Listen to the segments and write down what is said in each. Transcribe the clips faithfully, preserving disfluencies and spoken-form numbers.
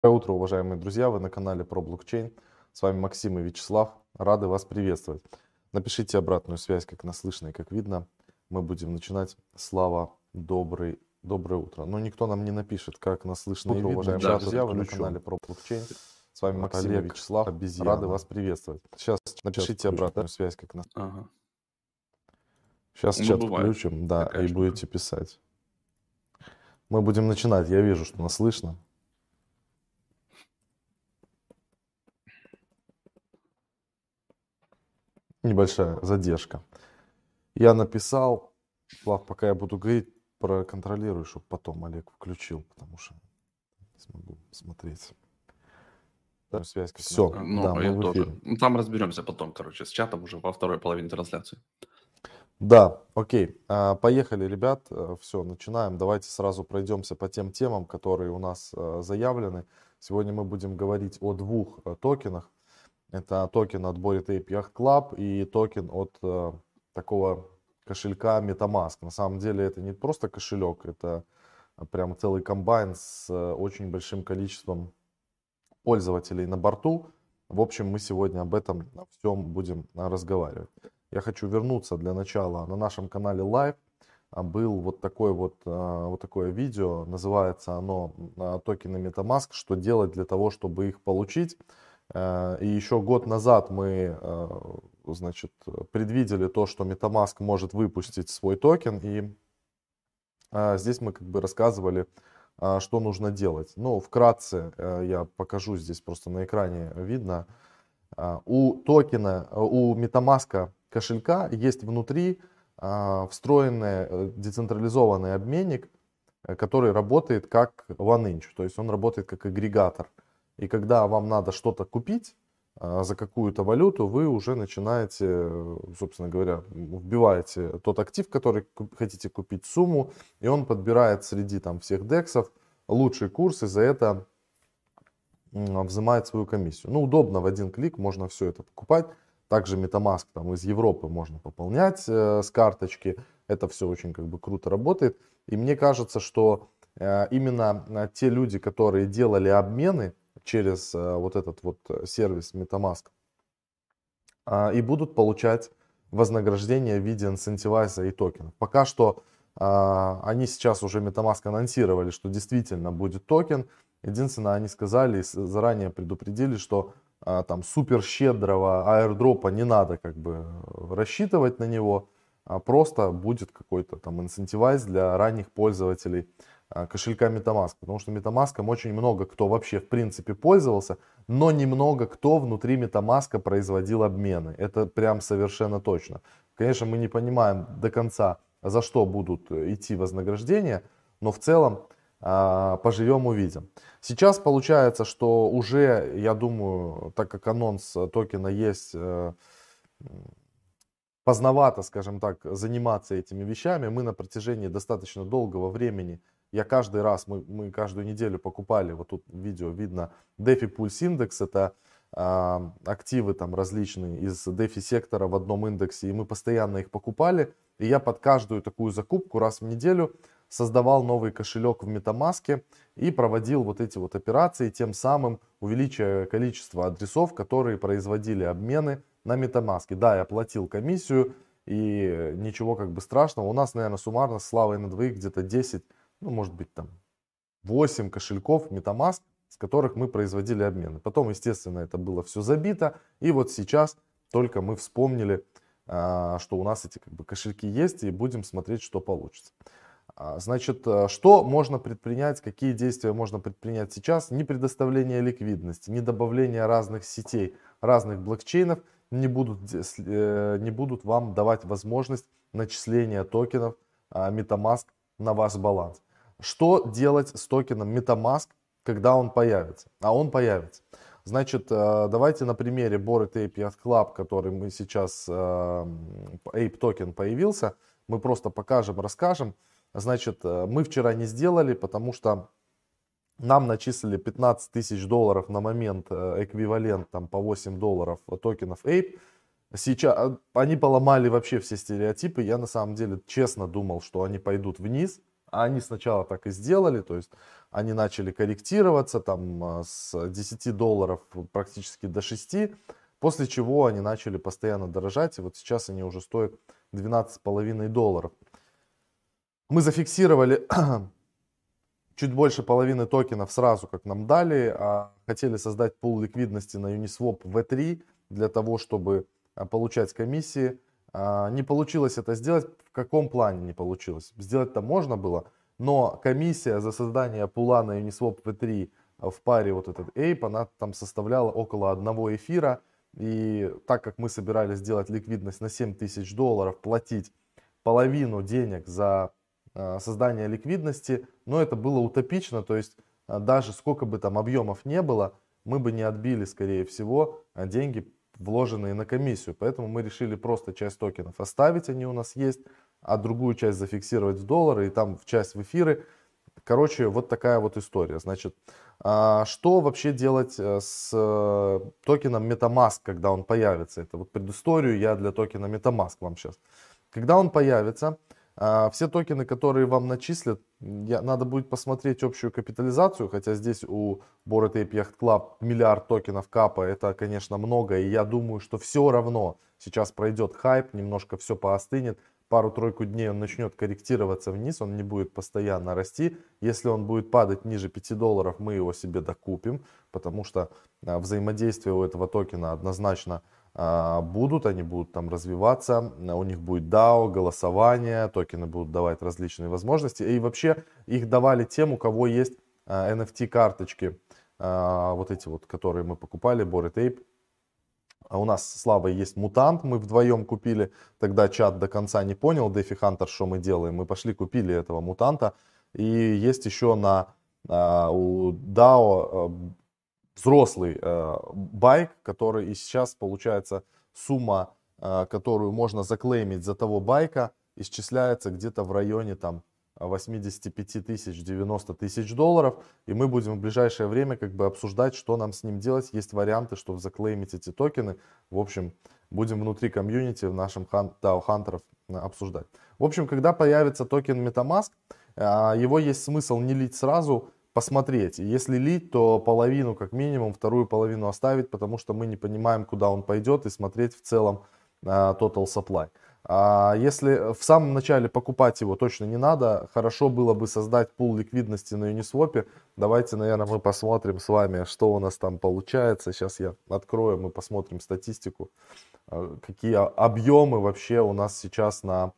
Доброе утро, уважаемые друзья! Вы на канале про блокчейн. С вами Максим и Вячеслав. Рады вас приветствовать. Напишите обратную связь, как нас слышно и как видно. Мы будем начинать. Слава, добрый, доброе утро. Но никто нам не напишет, как нас слышно и видно. Уважаемые Да, друзья, вы на включен. канале про блокчейн. С вами Максим Олег, и Вячеслав. обезьяна. Рады вас приветствовать. Сейчас напишите включу, обратную да? связь, как нас. Ага. Сейчас Ну, чат бывает включим, да, такая и штука. будете писать. Мы будем начинать. Я вижу, что нас слышно. Небольшая задержка. Я написал, Слав, пока я буду говорить, проконтролируй, чтобы потом Олег включил, потому что не смогу смотреть. Да, связь как Все, надо. ну, Да, мы я в тоже. эфире. Ну, там разберемся потом, короче, с чатом уже во второй половине трансляции. Да, окей. А, Поехали, ребят. Все, начинаем. Давайте сразу пройдемся по тем темам, которые у нас а, заявлены. Сегодня мы будем говорить о двух а, токенах. Это токен от Bored Ape Yacht Club и токен от а, такого кошелька MetaMask. На самом деле это не просто кошелек, это прям целый комбайн с а, очень большим количеством пользователей на борту. В общем, мы сегодня об этом всем будем а, разговаривать. Я хочу вернуться для начала. На нашем канале Live а, был вот такой вот, а, вот такое видео. Называется оно а, «Токены MetaMask. Что делать для того, чтобы их получить». А, И еще год назад мы, а, значит, предвидели то, что MetaMask может выпустить свой токен. И а, здесь мы как бы рассказывали, а, что нужно делать. Ну, вкратце а, я покажу здесь, просто на экране видно. А, У токена, у MetaMask кошелька есть внутри а, встроенный э, децентрализованный обменник, э, который работает как OneInch, то есть он работает как агрегатор. И когда вам надо что-то купить а, за какую-то валюту, вы уже начинаете, э, собственно говоря, вбиваете тот актив, который куп- хотите купить, сумму, и он подбирает среди там всех дексов лучший курс, и за это м, взимает свою комиссию. Ну, удобно, в один клик можно все это покупать. Также MetaMask там из Европы можно пополнять э, с карточки. Это все очень как бы круто работает. И мне кажется, что э, именно э, те люди, которые делали обмены через э, вот этот вот сервис MetaMask, э, и будут получать вознаграждение в виде инцентивайза и токенов. Пока что э, они сейчас уже MetaMask анонсировали, что действительно будет токен. Единственное, они сказали, заранее предупредили, что а, там супер щедрого аирдропа не надо как бы рассчитывать на него, а просто будет какой-то там инцентивайз для ранних пользователей а, кошелька MetaMask, потому что MetaMask очень много кто вообще в принципе пользовался, но немного кто внутри MetaMask производил обмены. Это прям совершенно точно. Конечно, мы не понимаем до конца, за что будут идти вознаграждения, но в целом а, поживем увидим. Сейчас получается, что уже, я думаю, так как анонс токена есть, э, поздновато, скажем так, заниматься этими вещами. Мы на протяжении достаточно долгого времени, я каждый раз, мы, мы каждую неделю покупали, вот тут видео видно, DeFi Pulse Index, это а, активы там различные из DeFi сектора в одном индексе, и мы постоянно их покупали. И я под каждую такую закупку раз в неделю создавал новый кошелек в MetaMask и проводил вот эти вот операции, тем самым увеличивая количество адресов, которые производили обмены на MetaMask. Да, я платил комиссию, и ничего как бы страшного. У нас, наверное, суммарно с Славой на двоих где-то десять, ну, может быть, там восемь кошельков MetaMask, с которых мы производили обмены. Потом, естественно, это было все забито. И вот сейчас только мы вспомнили, что у нас эти как бы кошельки есть, и будем смотреть, что получится. Значит, что можно предпринять, какие действия можно предпринять сейчас? Ни предоставление ликвидности, ни добавление разных сетей, разных блокчейнов не будут, не будут вам давать возможность начисления токенов MetaMask на ваш баланс. Что делать с токеном MetaMask, когда он появится? А он появится. Значит, давайте на примере Bored Ape Yacht Club, который мы сейчас, Ape токен появился, мы просто покажем, расскажем. Значит, мы вчера не сделали, потому что нам начислили пятнадцать тысяч долларов на момент, эквивалент там по восемь долларов токенов Ape. Сейчас они поломали вообще все стереотипы. Я на самом деле честно думал, что они пойдут вниз. Они сначала так и сделали, то есть они начали корректироваться там с десяти долларов практически до шести, после чего они начали постоянно дорожать, и вот сейчас они уже стоят двенадцать с половиной долларов. Мы зафиксировали чуть больше половины токенов сразу, как нам дали, а хотели создать пул ликвидности на Uniswap ви три для того, чтобы получать комиссии. Не получилось это сделать. В каком плане не получилось? Сделать-то можно было, но комиссия за создание пула на Uniswap ви три в паре вот этот эйп, она там составляла около одного эфира. И так как мы собирались сделать ликвидность на семь тысяч долларов, платить половину денег за создание ликвидности, но это было утопично, то есть даже сколько бы там объемов не было, мы бы не отбили, скорее всего, деньги, вложенные на комиссию. Поэтому мы решили просто часть токенов оставить, они у нас есть, а другую часть зафиксировать в доллары и там в часть в эфиры. Короче, вот такая вот история. Значит, что вообще делать с токеном MetaMask, когда он появится? Это вот предысторию я для токена MetaMask вам сейчас. Когда он появится, все токены, которые вам начислят, я, надо будет посмотреть общую капитализацию, хотя здесь у Bored Ape Yacht Club миллиард токенов капа, это, конечно, много, и я думаю, что все равно сейчас пройдет хайп, немножко все поостынет, пару-тройку дней он начнет корректироваться вниз, он не будет постоянно расти. Если он будет падать ниже пяти долларов, мы его себе докупим, потому что взаимодействие у этого токена однозначно будут, они будут там развиваться, у них будет дао, голосование, токены будут давать различные возможности. И вообще их давали тем, у кого есть эн эф ти карточки, вот эти вот, которые мы покупали, Bored Ape. А у нас с Славой есть мутант, мы вдвоем купили, тогда чат до конца не понял, Дефи Хантер, что мы делаем, мы пошли купили этого мутанта. И есть еще на у дао взрослый э, байк, который и сейчас получается сумма, э, которую можно заклеймить за того байка, исчисляется где-то в районе там восемьдесят пять тысяч, девяносто тысяч долларов. И мы будем в ближайшее время как бы обсуждать, что нам с ним делать. Есть варианты, чтобы заклеймить эти токены. В общем, будем внутри комьюнити в нашем дао хантеров обсуждать. В общем, когда появится токен MetaMask, э, его есть смысл не лить сразу, посмотреть. Если лить, то половину как минимум, вторую половину оставить, потому что мы не понимаем, куда он пойдет, и смотреть в целом uh, total supply. А если в самом начале покупать его точно не надо, хорошо было бы создать пул ликвидности на Uniswap. Давайте, наверное, мы посмотрим с вами, что у нас там получается. Сейчас я открою, мы посмотрим статистику, какие объемы вообще у нас сейчас на,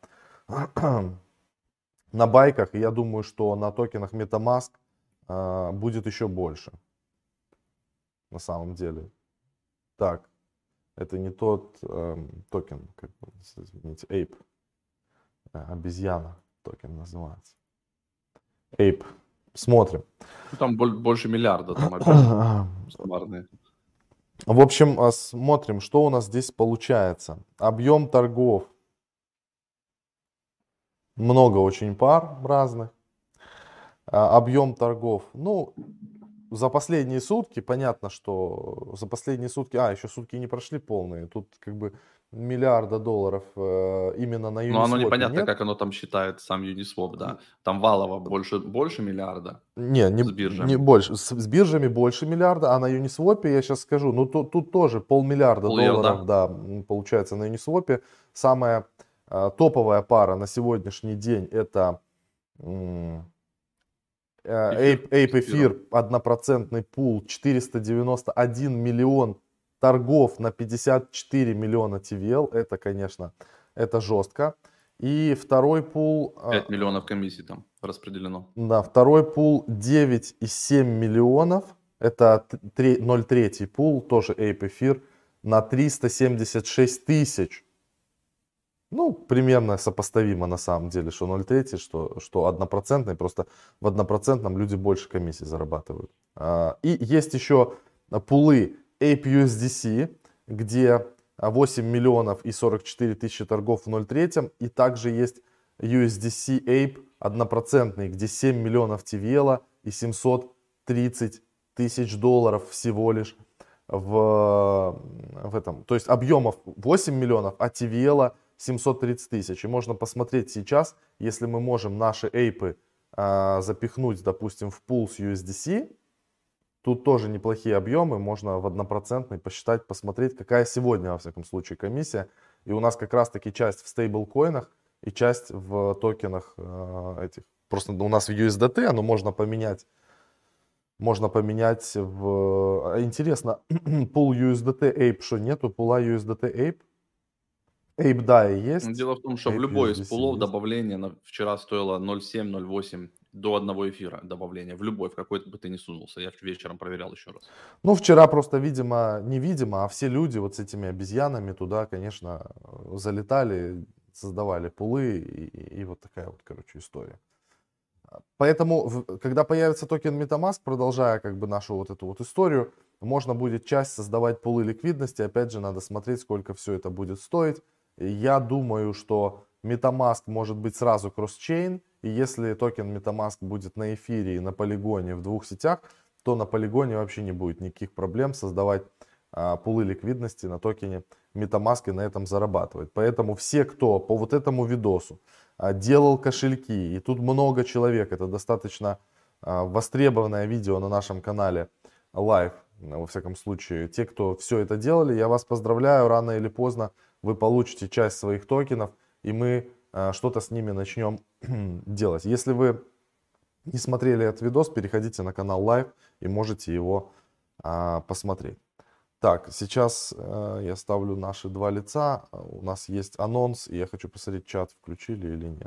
на байках. И я думаю, что на токенах MetaMask будет еще больше, на самом деле. Так, это не тот эм, токен, как, извините, Ape, обезьяна токен называется. Ape, смотрим. Там больше миллиарда, там опять суммарные. В общем, смотрим, что у нас здесь получается. Объем торгов. Много очень пар разных. Объем торгов, ну, за последние сутки, понятно, что за последние сутки, а, еще сутки не прошли полные, тут как бы миллиарда долларов э, именно на Uniswap. Но оно непонятно, нет. как оно там считает сам Uniswap, да. Там валово больше, больше миллиарда. Не, не, с биржами. не больше, с, с биржами больше миллиарда, а на Uniswap, я сейчас скажу, ну тут, тут тоже полмиллиарда Пол долларов, да, получается на Uniswap. Самая э, топовая пара на сегодняшний день это... М- Ape, Ape эфир, однопроцентный пул, четыреста девяносто один миллион торгов на пятьдесят четыре миллиона ти ви эл. Это, конечно, это жестко. И второй пул... пять миллионов комиссий там распределено. Да, второй пул девять и семь миллионов. Это ноль три пул, тоже Ape эфир, на триста семьдесят шесть тысяч. Ну, примерно сопоставимо на самом деле, что ноль три, что, что однопроцентный, просто в однопроцентном люди больше комиссий зарабатывают. И есть еще пулы Ape ю эс ди си, где восемь миллионов и сорок четыре тысячи торгов в ноль три, и также есть ю эс ди си Ape однопроцентный, где семь миллионов ти ви эл и семьсот тридцать тысяч долларов всего лишь в, в этом. То есть объемов восемь миллионов, а ти ви эл семьсот тридцать тысяч. И можно посмотреть сейчас, если мы можем наши эйпы а, запихнуть, допустим, в пул с ю эс ди си, тут тоже неплохие объемы, можно в однопроцентный посчитать, посмотреть, какая сегодня, во всяком случае, комиссия. И у нас как раз-таки часть в стейблкоинах и часть в токенах э, этих. Просто у нас в ю эс ди ти, оно можно поменять. Можно поменять в... Интересно, пул ю эс ди ти Ape, что нету пула ю эс ди ти Ape? Ape, да, и есть. Дело в том, что в Ape любой из ю эс ди си пулов есть. добавление на, вчера стоило ноль семь ноль восемь до одного эфира добавление. В любой, в какой бы ты ни сунулся. Я вечером проверял еще раз. Ну, вчера просто, видимо, невидимо, а все люди вот с этими обезьянами туда, конечно, залетали, создавали пулы и, и- и вот такая вот, короче, история. Поэтому, в- когда появится токен MetaMask, продолжая как бы нашу вот эту вот историю, можно будет часть создавать пулы ликвидности. Опять же, надо смотреть, сколько все это будет стоить. И я думаю, что MetaMask может быть сразу кросс-чейн. И если токен MetaMask будет на эфире и на полигоне в двух сетях, то на полигоне вообще не будет никаких проблем создавать а, пулы ликвидности на токене MetaMask и на этом зарабатывать. Поэтому все, кто по вот этому видосу а, делал кошельки, и тут много человек, это достаточно а, востребованное видео на нашем канале Live, во всяком случае, те, кто все это делали, я вас поздравляю, рано или поздно вы получите часть своих токенов, и мы а, что-то с ними начнем делать. Если вы не смотрели этот видос, переходите на канал Live и можете его а, посмотреть. Так, сейчас э, я ставлю наши два лица. У нас есть анонс, и я хочу посмотреть, чат включили или нет.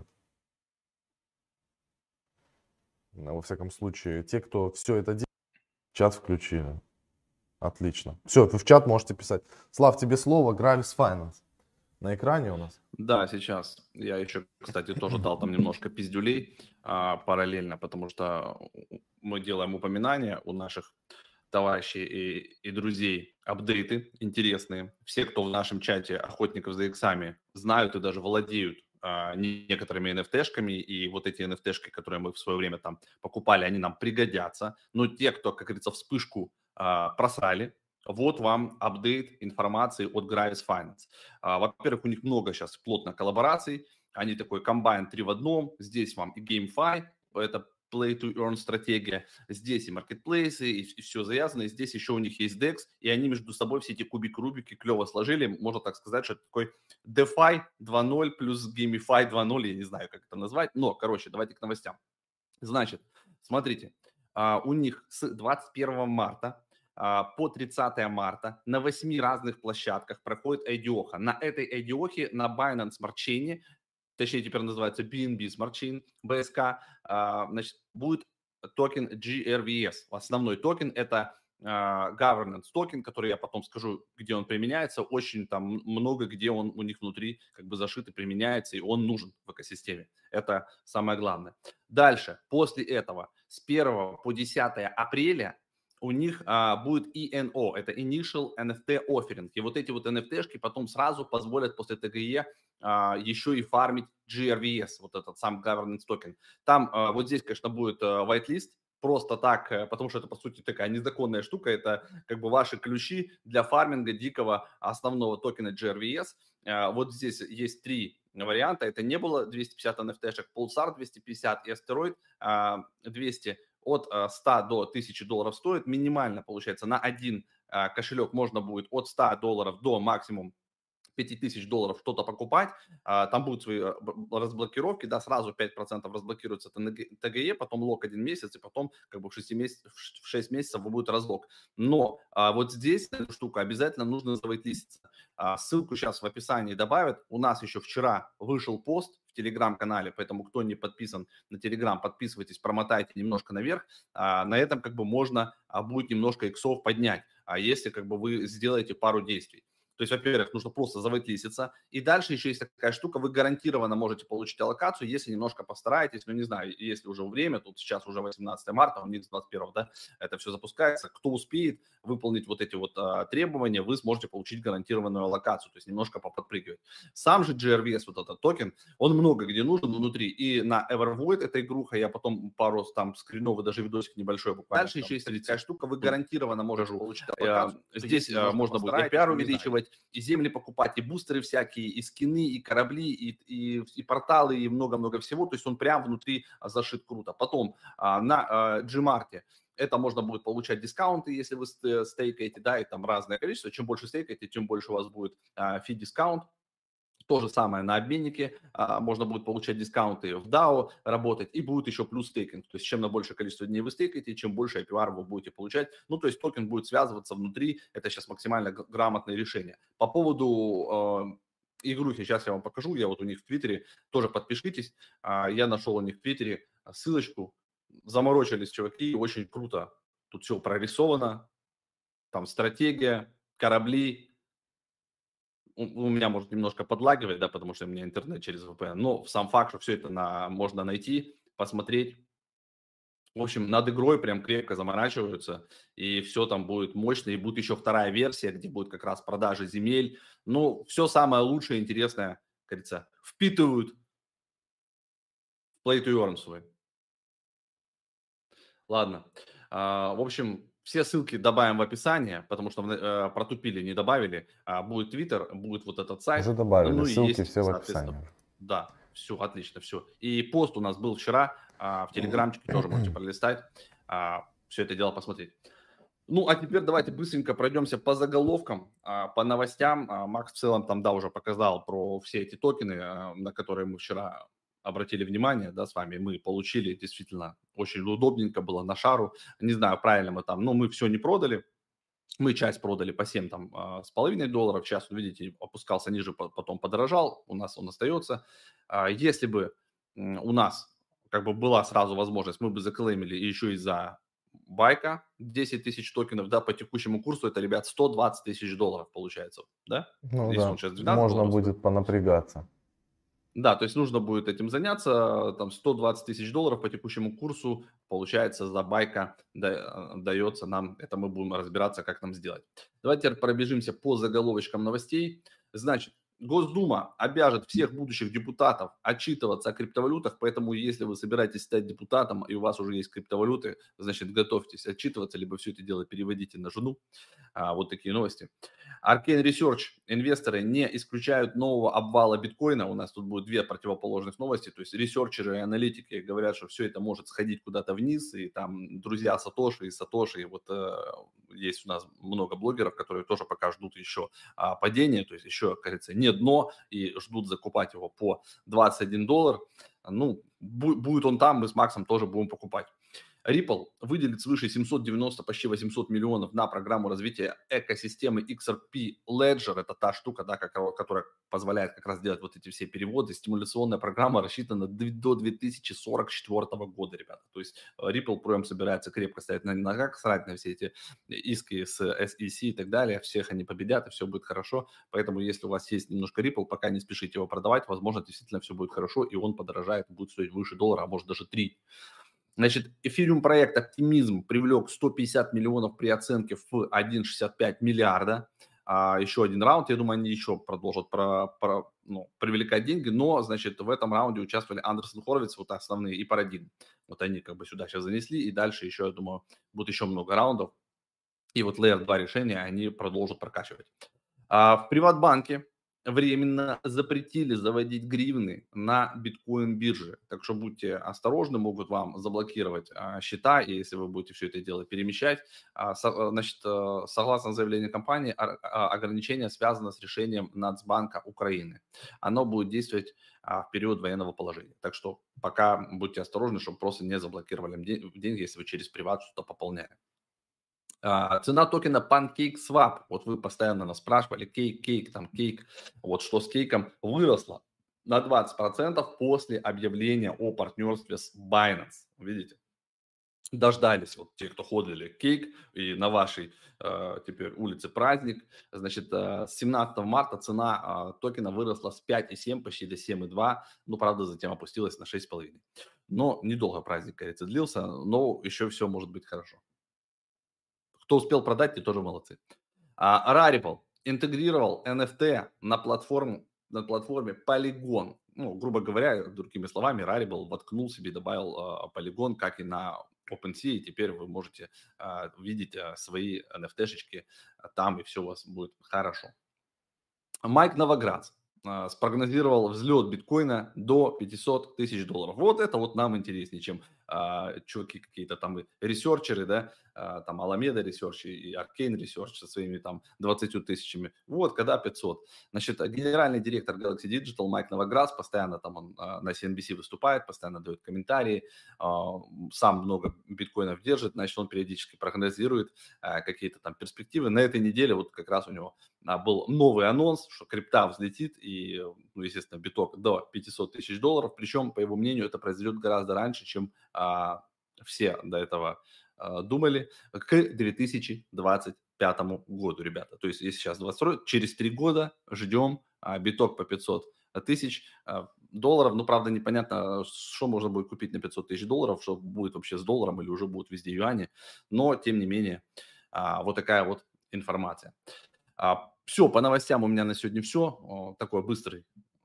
Но, во всяком случае, те, кто все это делает, чат включили. Отлично. Все, вы в чат можете писать. Слав, тебе слово. Gravis Finance. На экране у нас. Да, сейчас. Я еще, кстати, тоже дал там немножко пиздюлей а, параллельно, потому что мы делаем упоминания у наших товарищей и, и друзей, апдейты интересные. Все, кто в нашем чате охотников за иксами, знают и даже владеют а, некоторыми эн эф ти-шками, и вот эти эн эф ти-шки, которые мы в свое время там покупали, они нам пригодятся. Но те, кто, как говорится, вспышку а, просрали, вот вам апдейт информации от Gravis Finance. А, во-первых, у них много сейчас плотно коллабораций. Они такой комбайн три в одном. Здесь вам и GameFi, это Play to Earn стратегия. Здесь и маркетплейсы, и, и все завязано. И здесь еще у них есть декс. И они между собой все эти кубик-рубики клево сложили. Можно так сказать, что это такой DeFi два ноль плюс GameFi два ноль. Я не знаю, как это назвать. Но, короче, давайте к новостям. Значит, смотрите. а, у них с двадцать первого марта по тридцатое марта на восьми разных площадках проходит ай ди о. На этой ай ди о на Binance Smart Chain, точнее теперь называется би эн би Smart Chain, би эс кей, значит, будет токен джи ар ви эс. Основной токен – это governance токен, который я потом скажу, где он применяется. Очень там много, где он у них внутри как бы зашит и применяется, и он нужен в экосистеме. Это самое главное. Дальше, после этого, с первого по десятое апреля у них а, будет и эн о, это Initial эн эф ти Offering. И вот эти вот эн эф ти-шки потом сразу позволят после тэ гэ е а, еще и фармить джи ар ви эс, вот этот сам governance токен. Там а, вот здесь, конечно, будет а, whitelist, просто так, потому что это, по сути, такая незаконная штука, это как бы ваши ключи для фарминга дикого основного токена джи ар ви эс. А, вот здесь есть три варианта, это не было двести пятьдесят эн эф ти-шек, Pulsar двести пятьдесят и Asteroid а, двести. От ста до тысячи долларов стоит. Минимально, получается, на один а, кошелек можно будет от ста долларов до максимум пять тысяч долларов что-то покупать. А, там будут свои разблокировки, да, сразу пять процентов разблокируется тэ гэ е, потом лок один месяц, и потом как бы в шесть месяцев, в шесть месяцев будет разлок. Но а, вот здесь эту штуку обязательно нужно завайтлиститься. А, ссылку сейчас в описании добавят. У нас еще вчера вышел пост в телеграм-канале, поэтому кто не подписан на телеграм, подписывайтесь, промотайте немножко наверх. А, на этом как бы можно а, будет немножко иксов поднять, а если как бы вы сделаете пару действий. То есть, во-первых, нужно просто завайтлиститься. И дальше еще есть такая штука, вы гарантированно можете получить аллокацию, если немножко постараетесь. Ну, не знаю, если уже время, тут сейчас уже восемнадцатое марта, у них с двадцать первого, да, это все запускается. Кто успеет выполнить вот эти вот а, требования, вы сможете получить гарантированную аллокацию, то есть немножко поподпрыгивать. Сам же джи ар ви эс, вот этот токен, он много где нужен внутри. И на Evervoid эта игруха, я потом пару там скринов и даже видосик небольшой буквально. Дальше еще есть такая штука, вы гарантированно можете получить аллокацию. Здесь можно будет эй пи ай увеличивать, зарабатывать, и земли покупать, и бустеры всякие, и скины, и корабли, и, и, и порталы, и много-много всего. То есть он прям внутри зашит круто. Потом а, на а, Gmarket это можно будет получать дискаунты, если вы стейкаете, да, и там разное количество. Чем больше стейкаете, тем больше у вас будет а, фи-дискаунт. То же самое на обменнике, а, можно будет получать дискаунты в дао, работать, и будет еще плюс стейкинг. То есть чем на большее количество дней вы стейкаете, чем больше эй пи ар вы будете получать. Ну, то есть токен будет связываться внутри, это сейчас максимально грамотное решение. По поводу э, игрухи, сейчас я вам покажу, я вот у них в Твиттере, тоже подпишитесь, а, я нашел у них в Твиттере ссылочку, заморочились чуваки, очень круто, тут все прорисовано, там стратегия, корабли. У, у меня может немножко подлагивать, да, потому что у меня интернет через ви пи эн, но сам факт, что все это на, можно найти, посмотреть. В общем, над игрой прям крепко заморачиваются, и все там будет мощно, и будет еще вторая версия, где будет как раз продажи земель. Ну, все самое лучшее, интересное, как говорится, впитывают в play to earn свой. Ладно. А, в общем, все ссылки добавим в описание, потому что э, протупили, не добавили. А, будет Twitter, будет вот этот сайт. Уже добавили, Ну и ссылки есть, все в соответственно, описании. да, все, отлично, все. И пост у нас был вчера а, в Телеграмчике, тоже можете пролистать, а, все это дело посмотреть. Ну, а теперь давайте быстренько пройдемся по заголовкам, а, по новостям. А, Макс в целом там, да, уже показал про все эти токены, а, на которые мы вчера обратили внимание, да, с вами. Мы получили действительно очень удобненько было на шару. Не знаю, правильно мы там, но мы все не продали. Мы часть продали по семь там а, с половиной долларов. Сейчас, видите, опускался ниже, по- потом подорожал. У нас он остается. А, Если бы м, у нас как бы была сразу возможность, мы бы заклеймили еще и за байка десять тысяч токенов, да, по текущему курсу это, ребят, сто двадцать тысяч долларов получается, да? Ну Если он да, сейчас двенадцать можно долларов стоит. будет понапрягаться. Да, то есть нужно будет этим заняться, там сто двадцать тысяч долларов по текущему курсу, получается, за байка да, дается нам, это мы будем разбираться, как нам сделать. Давайте теперь пробежимся по заголовочкам новостей. Значит, Госдума обяжет всех будущих депутатов отчитываться о криптовалютах, поэтому если вы собираетесь стать депутатом и у вас уже есть криптовалюты, значит, готовьтесь отчитываться, либо все это дело переводите на жену. А, вот такие новости. Arcane Research инвесторы не исключают нового обвала биткоина. У нас тут будет две противоположных новости. То есть ресерчеры и аналитики говорят, что все это может сходить куда-то вниз. И там друзья Сатоши и Сатоши. Вот э, есть у нас много блогеров, которые тоже пока ждут еще а, падения. То есть еще, как говорится, не дно и ждут закупать его по двадцать один доллар. Ну, бу- будет он там, мы с Максом тоже будем покупать. Ripple выделит свыше семьсот девяносто, почти восемьсот миллионов на программу развития экосистемы икс ар пи Ledger. Это та штука, да, которая позволяет как раз делать вот эти все переводы. Стимуляционная программа рассчитана до две тысячи сорок четвёртого года, ребята. То есть Ripple прям собирается крепко стоять на ногах, срать на все эти иски с эс и си и так далее. Всех они победят, и все будет хорошо. Поэтому, если у вас есть немножко Ripple, пока не спешите его продавать, возможно, действительно все будет хорошо, и он подорожает, будет стоить выше доллара, а может даже три. Значит, Ethereum проект «Оптимизм» привлек сто пятьдесят миллионов при оценке в один целых шестьдесят пять десятых. А, еще один раунд, я думаю, они еще продолжат про, про, ну, привлекать деньги, но, значит, в этом раунде участвовали Андерсон Хоровиц, вот основные, и Парадигм. Вот они как бы сюда сейчас занесли, и дальше еще, я думаю, будет еще много раундов. И вот Layer два решения они продолжат прокачивать. А в Приватбанке временно запретили заводить гривны на биткоин-бирже. Так что будьте осторожны, могут вам заблокировать а, счета, и если вы будете все это дело перемещать. А, со, значит, согласно заявлению компании, а, ограничение связано с решением Нацбанка Украины. Оно будет действовать а, в период военного положения. Так что пока будьте осторожны, чтобы просто не заблокировали деньги, если вы через приват что-то пополняли. А, цена токена PancakeSwap, вот вы постоянно нас спрашивали, кейк, кейк, там кейк, вот что с кейком, выросла на двадцать процентов после объявления о партнерстве с Binance. Видите? Дождались вот те, кто ходили кейк, и на вашей э, теперь улице праздник. Значит, э, с семнадцатого марта цена э, токена выросла с пяти целых семи десятых почти до семи целых двух десятых, ну, правда, затем опустилась на шесть целых пять десятых. Но недолго праздник, кажется, длился, но еще все может быть хорошо. Кто успел продать, те тоже молодцы. А, Rarible интегрировал эн эф ти на платформу, на платформе Polygon. Ну, грубо говоря, другими словами, Rarible воткнул себе, добавил а, Polygon, как и на OpenSea, и теперь вы можете а, видеть а, свои эн эф ти-шечки там, и все у вас будет хорошо. Майк Новоградц а, спрогнозировал взлет биткоина до пятисот тысяч долларов. Вот это вот нам интереснее, чем а, чуваки какие-то там и ресерчеры, да, а, там Alameda Research и Arcane Research со своими там двадцатью тысячами. Вот, когда пятьсот. Значит, генеральный директор Galaxy Digital Майк Новоградц, постоянно там он а, на си эн би си выступает, постоянно дает комментарии, а, сам много биткоинов держит, значит, он периодически прогнозирует а, какие-то там перспективы. На этой неделе вот как раз у него а, был новый анонс, что крипта взлетит и, ну, естественно, биток до пятисот тысяч долларов. Причем, по его мнению, это произойдет гораздо раньше, чем а, все до этого а, думали, к две тысячи двадцать пятому году, ребята. То есть, если сейчас двадцать второй, через три года ждем а, биток по пятьсот тысяч а, долларов. Ну, правда, непонятно, что можно будет купить на пятьсот тысяч долларов, что будет вообще с долларом или уже будут везде юани. Но, тем не менее, а, вот такая вот информация. А, все, по новостям у меня на сегодня все. Такой быстрый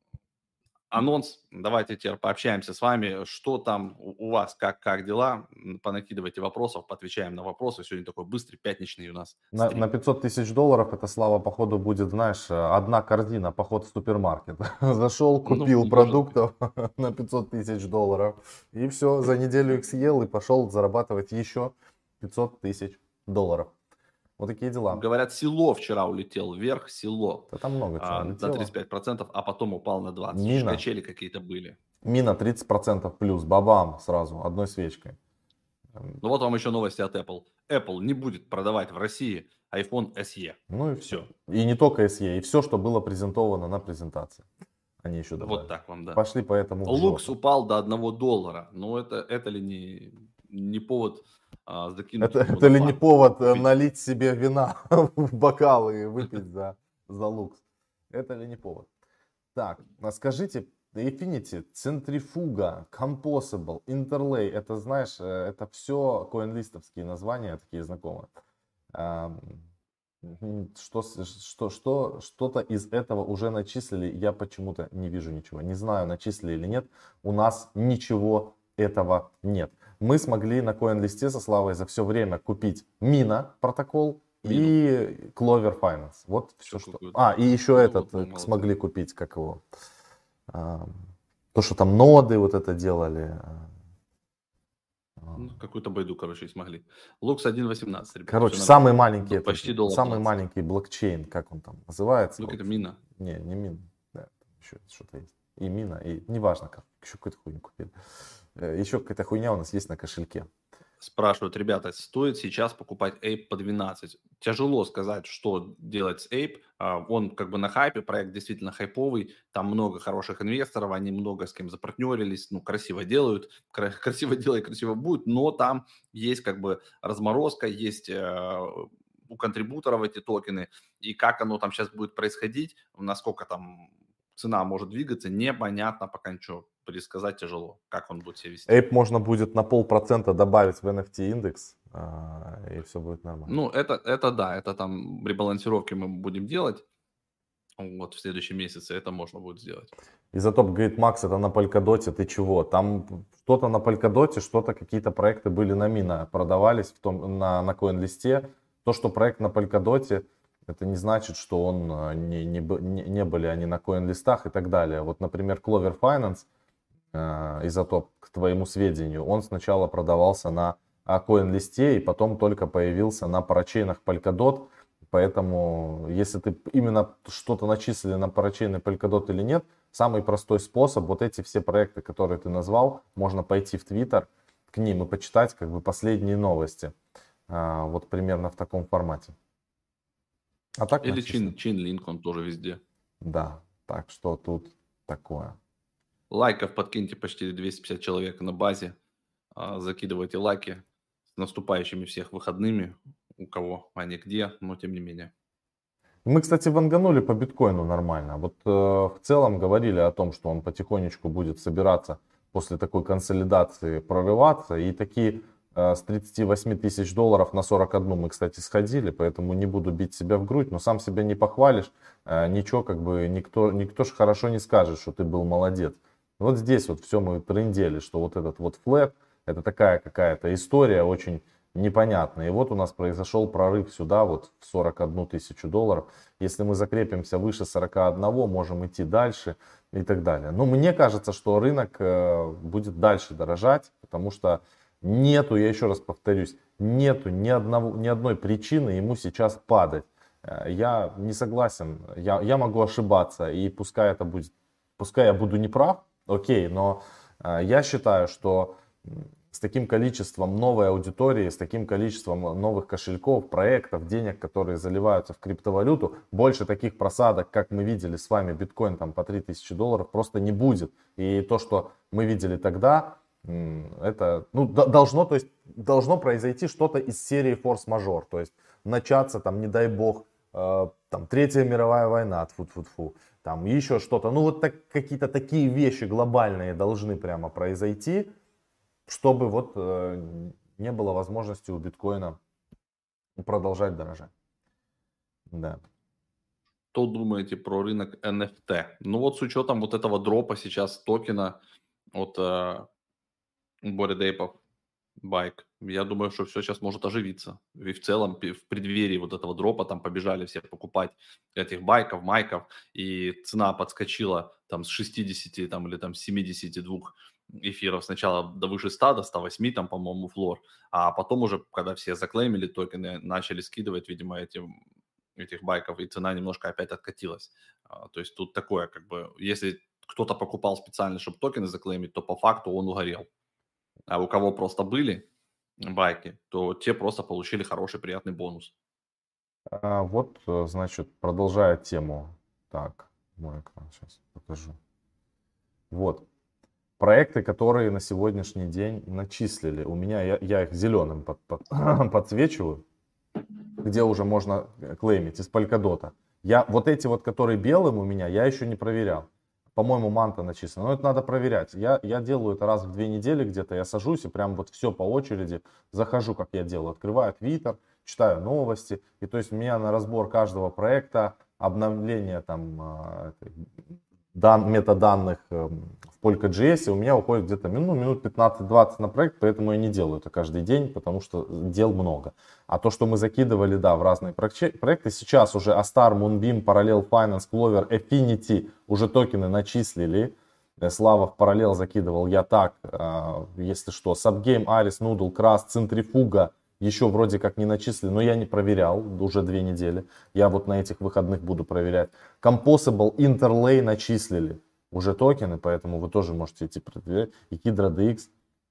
анонс. Давайте теперь пообщаемся с вами. Что там у у вас, как, как дела? М, Понакидывайте вопросов, поотвечаем на вопросы. Сегодня такой быстрый пятничный у нас На, на стрим. пятьсот тысяч долларов это, Слава, походу будет, знаешь, одна корзина, поход в супермаркет. Зашел, Ну, купил может быть. продуктов на пятьсот тысяч долларов. И все, за неделю их съел и пошел зарабатывать еще пятьсот тысяч долларов. Вот такие дела. Говорят, село вчера улетел вверх, село Да там много чего а, на улетело. тридцать пять процентов, а потом упал на двадцать процентов. Мина. Качели какие-то были. Мина тридцать процентов плюс, бабам сразу, одной свечкой. Ну вот вам еще новости от Apple. Apple не будет продавать в России iPhone эс и. Ну и Все. все. И не только эс и, и все, что было презентовано на презентации. Они еще добавили. Вот так вам, да. Пошли поэтому в Лукс жопу. упал до одного доллара. Ну, это, это ли не, не повод а, закинуть Это, его это на ли не банк? повод э, Купить? налить себе вина в бокалы и выпить за, за лукс? Это ли не повод? Так, а скажите, Infinity, Centrifuga, Composable, Interlay, это, знаешь, э, это все коинлистовские названия, такие знакомые. Ам, м, Что, с- что, что, что-то из этого уже начислили, я почему-то не вижу ничего. Не знаю, начислили или нет. У нас ничего этого нет. Мы смогли на CoinList'е со Славой за все время купить Мина протокол и Clover Finance. Вот все, Всё что... какую-то. А, и еще Ну, этот вот мы э, молодцы. смогли купить, как его... а, То, что там ноды вот это делали. а, Ну, какую-то байду, короче, смогли. Лукс один восемнадцать, ребят. Короче, всё самый нормально. маленький, Д- этот, Почти доллар самый двадцать. маленький блокчейн, как он там называется? Ну, Вот. какая-то мина. Не, не мин. Да, еще что-то есть. И мина, и неважно как. Еще какую-то хуйню купили. Э, Еще какая-то хуйня у нас есть на кошельке. Спрашивают, ребята, стоит сейчас покупать Ape по двенадцать? Тяжело сказать, что делать с Ape. А, Он как бы на хайпе, проект действительно хайповый, там много хороших инвесторов, они много с кем запартнерились, ну, красиво делают, кра- красиво делай, красиво будет, но там есть как бы разморозка, есть э, у контрибуторов эти токены, и как оно там сейчас будет происходить, насколько там цена может двигаться, непонятно пока ничего, предсказать тяжело, как он будет себя вести. Ape можно будет на полпроцента добавить в эн эф ти индекс, а, и все будет нормально. Ну, это, это да, это там ребалансировки мы будем делать. Вот в следующем месяце это можно будет сделать. Изотоп говорит, Макс, это на Polkadot, ты чего? Там что-то на Polkadot, что-то какие-то проекты были на Мина, продавались в том, на, на CoinList'е. То, что проект на Polkadot, это не значит, что он а, не, не, б- не, не были они на CoinList'ах и так далее. Вот, например, Clover Finance, э, Изотоп, к твоему сведению, он сначала продавался на а, CoinList'е и потом только появился на парачейнах Polkadot. Поэтому, если ты именно что-то начислили на парачейны Polkadot или нет, самый простой способ, вот эти все проекты, которые ты назвал, можно пойти в Twitter к ним и почитать как бы последние новости. А, вот примерно в таком формате. А так Или начислено. Чин, Chainlink, он тоже везде. Да, так что тут такое. Лайков подкиньте почти двести пятьдесят человек на базе. А, Закидывайте лайки с наступающими всех выходными. У кого они где, но тем не менее. Мы, кстати, ванганули по биткоину нормально. Вот э, в целом говорили о том, что он потихонечку будет собираться после такой консолидации прорываться. И такие э, с тридцати восьми тысяч долларов на сорок одну мы, кстати, сходили. Поэтому не буду бить себя в грудь. Но сам себя не похвалишь. Э, ничего, как бы, никто, никто ж хорошо не скажет, что ты был молодец. Вот здесь вот все мы трындели, что вот этот вот флэт, это такая какая-то история очень непонятно. И вот у нас произошел прорыв сюда, вот в сорок одну тысячу долларов. Если мы закрепимся выше сорока одного, можем идти дальше и так далее. Но мне кажется, что рынок будет дальше дорожать, потому что нету, я еще раз повторюсь, нету ни, одного, ни одной причины ему сейчас падать. Я не согласен, я, я могу ошибаться, и пускай это будет, пускай я буду неправ, окей, но я считаю, что с таким количеством новой аудитории, с таким количеством новых кошельков, проектов, денег, которые заливаются в криптовалюту, больше таких просадок, как мы видели с вами, биткоин там по три тысячи долларов просто не будет. И то, что мы видели тогда, это ну, должно, то есть, должно произойти что-то из серии форс-мажор, то есть начаться там, не дай бог, э, там Третья мировая война, тьфу-тьфу-тьфу, там еще что-то, ну вот так, какие-то такие вещи глобальные должны прямо произойти, чтобы вот э, не было возможности у биткоина продолжать дорожать. Да. Что думаете про рынок эн эф ти? Ну вот с учетом вот этого дропа сейчас токена от э, Bored Ape Байк, я думаю, что все сейчас может оживиться. И в целом в преддверии вот этого дропа там побежали все покупать этих байков, майков, и цена подскочила там с шестидесяти там, или там семидесяти двух эфиров сначала до выше ста, до ста восьми там, по-моему, флор, а потом уже, когда все заклеймили токены, начали скидывать, видимо, эти, этих байков, и цена немножко опять откатилась. А, то есть тут такое, как бы, если кто-то покупал специально, чтобы токены заклеймить, то по факту он угорел. А у кого просто были байки, то те просто получили хороший, приятный бонус. А, вот, значит, продолжая тему. Так, мой экран сейчас покажу. Вот. Проекты, которые на сегодняшний день начислили. У меня, я, я их зеленым под, под, подсвечиваю, где уже можно клеймить из Polkadot. Я, вот эти вот, которые белым у меня, я еще не проверял. По-моему, манта начислена. Но это надо проверять. Я, я делаю это раз в две недели где-то. Я сажусь и прям вот все по очереди захожу, как я делаю. Открываю Twitter, читаю новости. И то есть у меня на разбор каждого проекта, обновление там дан, метаданных в Polka.js у меня уходит где-то ну, минут пятнадцать-двадцать на проект, поэтому я не делаю это каждый день, потому что дел много. А то, что мы закидывали, да, в разные проекты, сейчас уже Astar, Moonbeam, Parallel Finance, Clover, Affinity уже токены начислили. Слава в Parallel закидывал я так, если что. Subgame, Aris, Noodle, Crust, Centrifuga еще вроде как не начислили, но я не проверял уже две недели. Я вот на этих выходных буду проверять. Composable, Interlay начислили уже токены, поэтому вы тоже можете идти проверять. И Hydra ди экс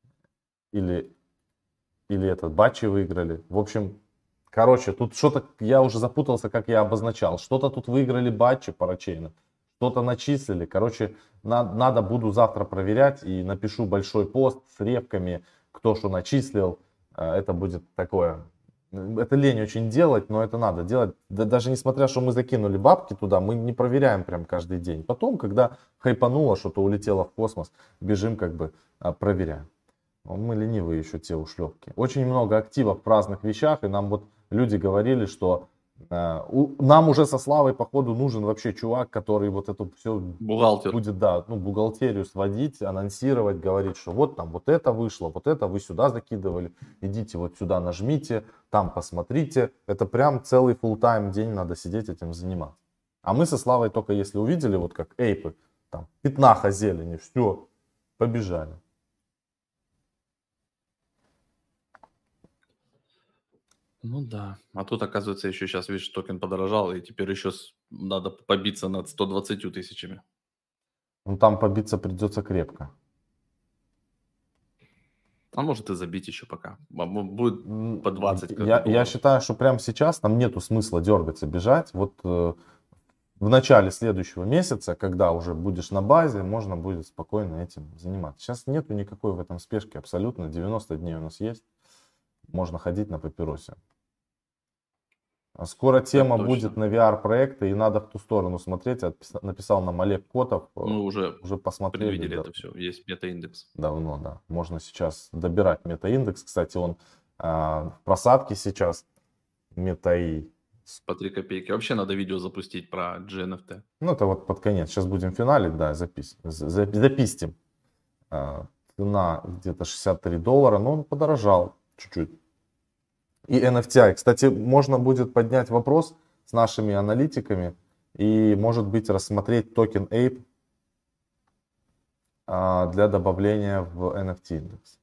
или, или этот Бачи выиграли. В общем, короче, тут что-то, я уже запутался, как я обозначал. Что-то тут выиграли Бачи парачейно, что-то начислили. Короче, на, надо буду завтра проверять и напишу большой пост с ревками, кто что начислил. Это будет такое, это лень очень делать, но это надо делать. Да, даже несмотря, что мы закинули бабки туда, мы не проверяем прям каждый день. Потом, когда хайпануло, что-то улетело в космос, бежим как бы проверяем. Мы ленивые еще те ушлепки. Очень много активов в разных вещах, и нам вот люди говорили, что э, у, нам уже со Славой походу нужен вообще чувак, который вот эту все Бухгалтер. будет, да, ну, бухгалтерию сводить, анонсировать, говорить, что вот там вот это вышло, вот это вы сюда закидывали, идите вот сюда нажмите, там посмотрите. Это прям целый full-time день надо сидеть этим заниматься. А мы со Славой только если увидели, вот как эйпы, там пятнаха зелени, все, побежали. Ну да. А тут, оказывается, еще сейчас, видишь, токен подорожал, и теперь еще надо побиться над сто двадцатью тысячами. Ну там побиться придется крепко. А может и забить еще пока. Будет по двадцать. Я, я считаю, что прямо сейчас нам нету смысла дергаться, бежать. Вот э, в начале следующего месяца, когда уже будешь на базе, можно будет спокойно этим заниматься. Сейчас нету никакой в этом спешки абсолютно. девяносто дней у нас есть. Можно ходить на папиросе. А скоро тема будет на ви ар-проекты, и надо в ту сторону смотреть. Отписал, написал нам Олег Котов. Мы уже, уже посмотрели. Предвидели да. это все. Есть метаиндекс. Давно, да. Можно сейчас добирать метаиндекс. Кстати, он а, в просадке сейчас. Метаи. По три копейки. Вообще надо видео запустить про джи эн эф ти. Ну, это вот под конец. Сейчас будем финалить, да, запис, запистим. А, цена где-то шестьдесят три доллара, но он подорожал чуть-чуть. и эн эф ти ай. Кстати, можно будет поднять вопрос с нашими аналитиками и, может быть, рассмотреть токен Ape а, для добавления в эн эф ти индекс.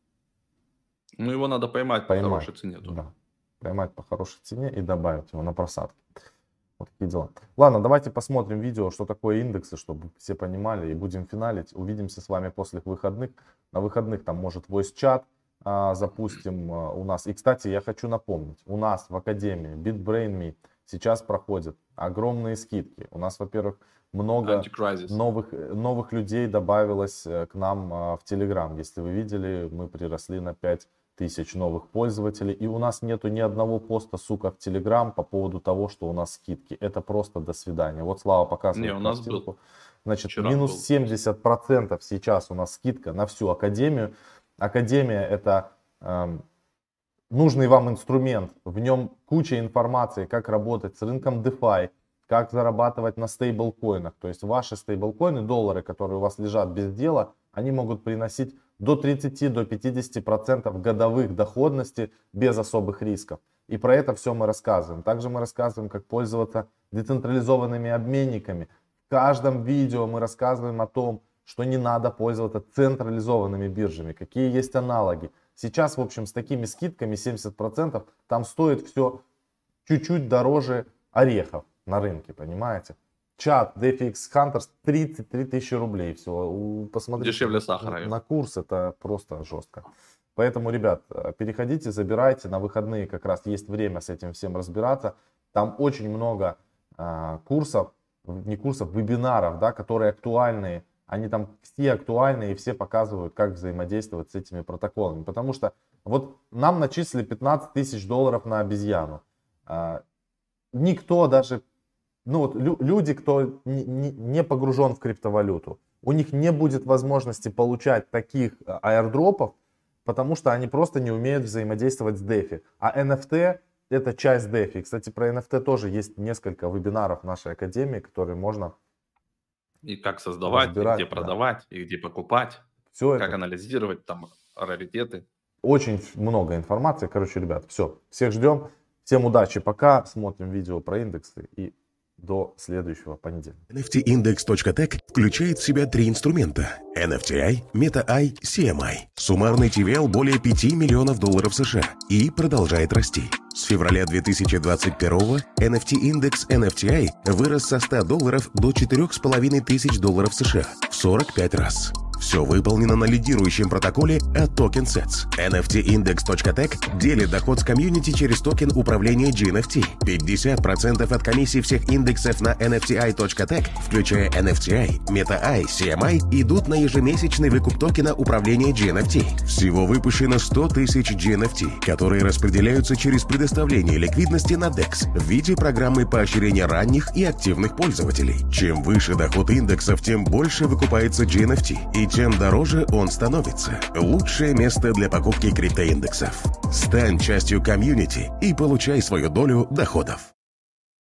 Ну, его надо поймать, Поймать, по хорошей цене. Тоже. Да, поймать по хорошей цене и добавить его на просадке. Вот такие дела. Ладно, давайте посмотрим видео, что такое индексы, чтобы все понимали, и будем финалить. Увидимся с вами после выходных. На выходных там может voice чат а, запустим а, у нас. И, кстати, я хочу напомнить, у нас в Академии BitBrainMe сейчас проходят огромные скидки. У нас, во-первых, много новых, новых людей добавилось к нам а, в Telegram. Если вы видели, мы приросли на пять тысяч новых пользователей, и у нас нету ни одного поста, сука, в Telegram по поводу того, что у нас скидки. Это просто до свидания. Вот Слава показывает. Не, у нас был. Значит, Вчера минус был. семьдесят процентов сейчас у нас скидка на всю Академию. Академия — это э, нужный вам инструмент. В нем куча информации, как работать с рынком DeFi, как зарабатывать на стейблкоинах. То есть ваши стейблкоины, доллары, которые у вас лежат без дела, они могут приносить до тридцати до пятидесяти процентов годовых доходности без особых рисков. И про это все мы рассказываем. Также мы рассказываем, как пользоваться децентрализованными обменниками. В каждом видео мы рассказываем о том, что не надо пользоваться централизованными биржами, какие есть аналоги. Сейчас, в общем, с такими скидками семьдесят процентов там стоит все чуть-чуть дороже орехов на рынке, понимаете? Чат DeFi X Hunters тридцать три тысячи рублей. Все, посмотрите. Дешевле сахара. На курс это просто жестко. Поэтому, ребят, переходите, забирайте. На выходные как раз есть время с этим всем разбираться. Там очень много а, курсов, не курсов, вебинаров, да, которые актуальные. Они там все актуальны и все показывают, как взаимодействовать с этими протоколами. Потому что вот нам начислили пятнадцать тысяч долларов на обезьяну. А, никто даже... Ну вот люди, кто не погружен в криптовалюту, у них не будет возможности получать таких аирдропов, потому что они просто не умеют взаимодействовать с DeFi. А эн эф ти это часть DeFi. Кстати, про эн эф ти тоже есть несколько вебинаров в нашей академии, которые можно и как создавать, и где продавать, да. И где покупать, все как это. Анализировать там раритеты. Очень много информации. Короче, ребят, все. Всех ждем. Всем удачи. Пока. Смотрим видео про индексы и до следующего понедельника. эн эф ти индекс точка тек включает в себя три инструмента: эн эф ти ай, MetaEye, си эм ай. Суммарный ти ви эл более пяти миллионов долларов США и продолжает расти. С февраля две тысячи двадцать первого эн эф ти индекс эн эф ти ай вырос со ста долларов до четырёх с половиной тысяч долларов США в сорок пять раз. Все выполнено на лидирующем протоколе от TokenSets. эн эф ти индекс точка тек делит доход с комьюнити через токен управления джи эн эф ти. пятьдесят процентов от комиссии всех индексов на эн эф ти ай точка тек, включая эн эф ти ай, MetaEye, си эм ай, идут на ежемесячный выкуп токена управления джи эн эф ти. Всего выпущено сто тысяч джи эн эф ти, которые распределяются через предоставление ликвидности на декс в виде программы поощрения ранних и активных пользователей. Чем выше доход индексов, тем больше выкупается джи эн эф ти, и тем дороже он становится. Лучшее место для покупки криптоиндексов. Стань частью комьюнити и получай свою долю доходов.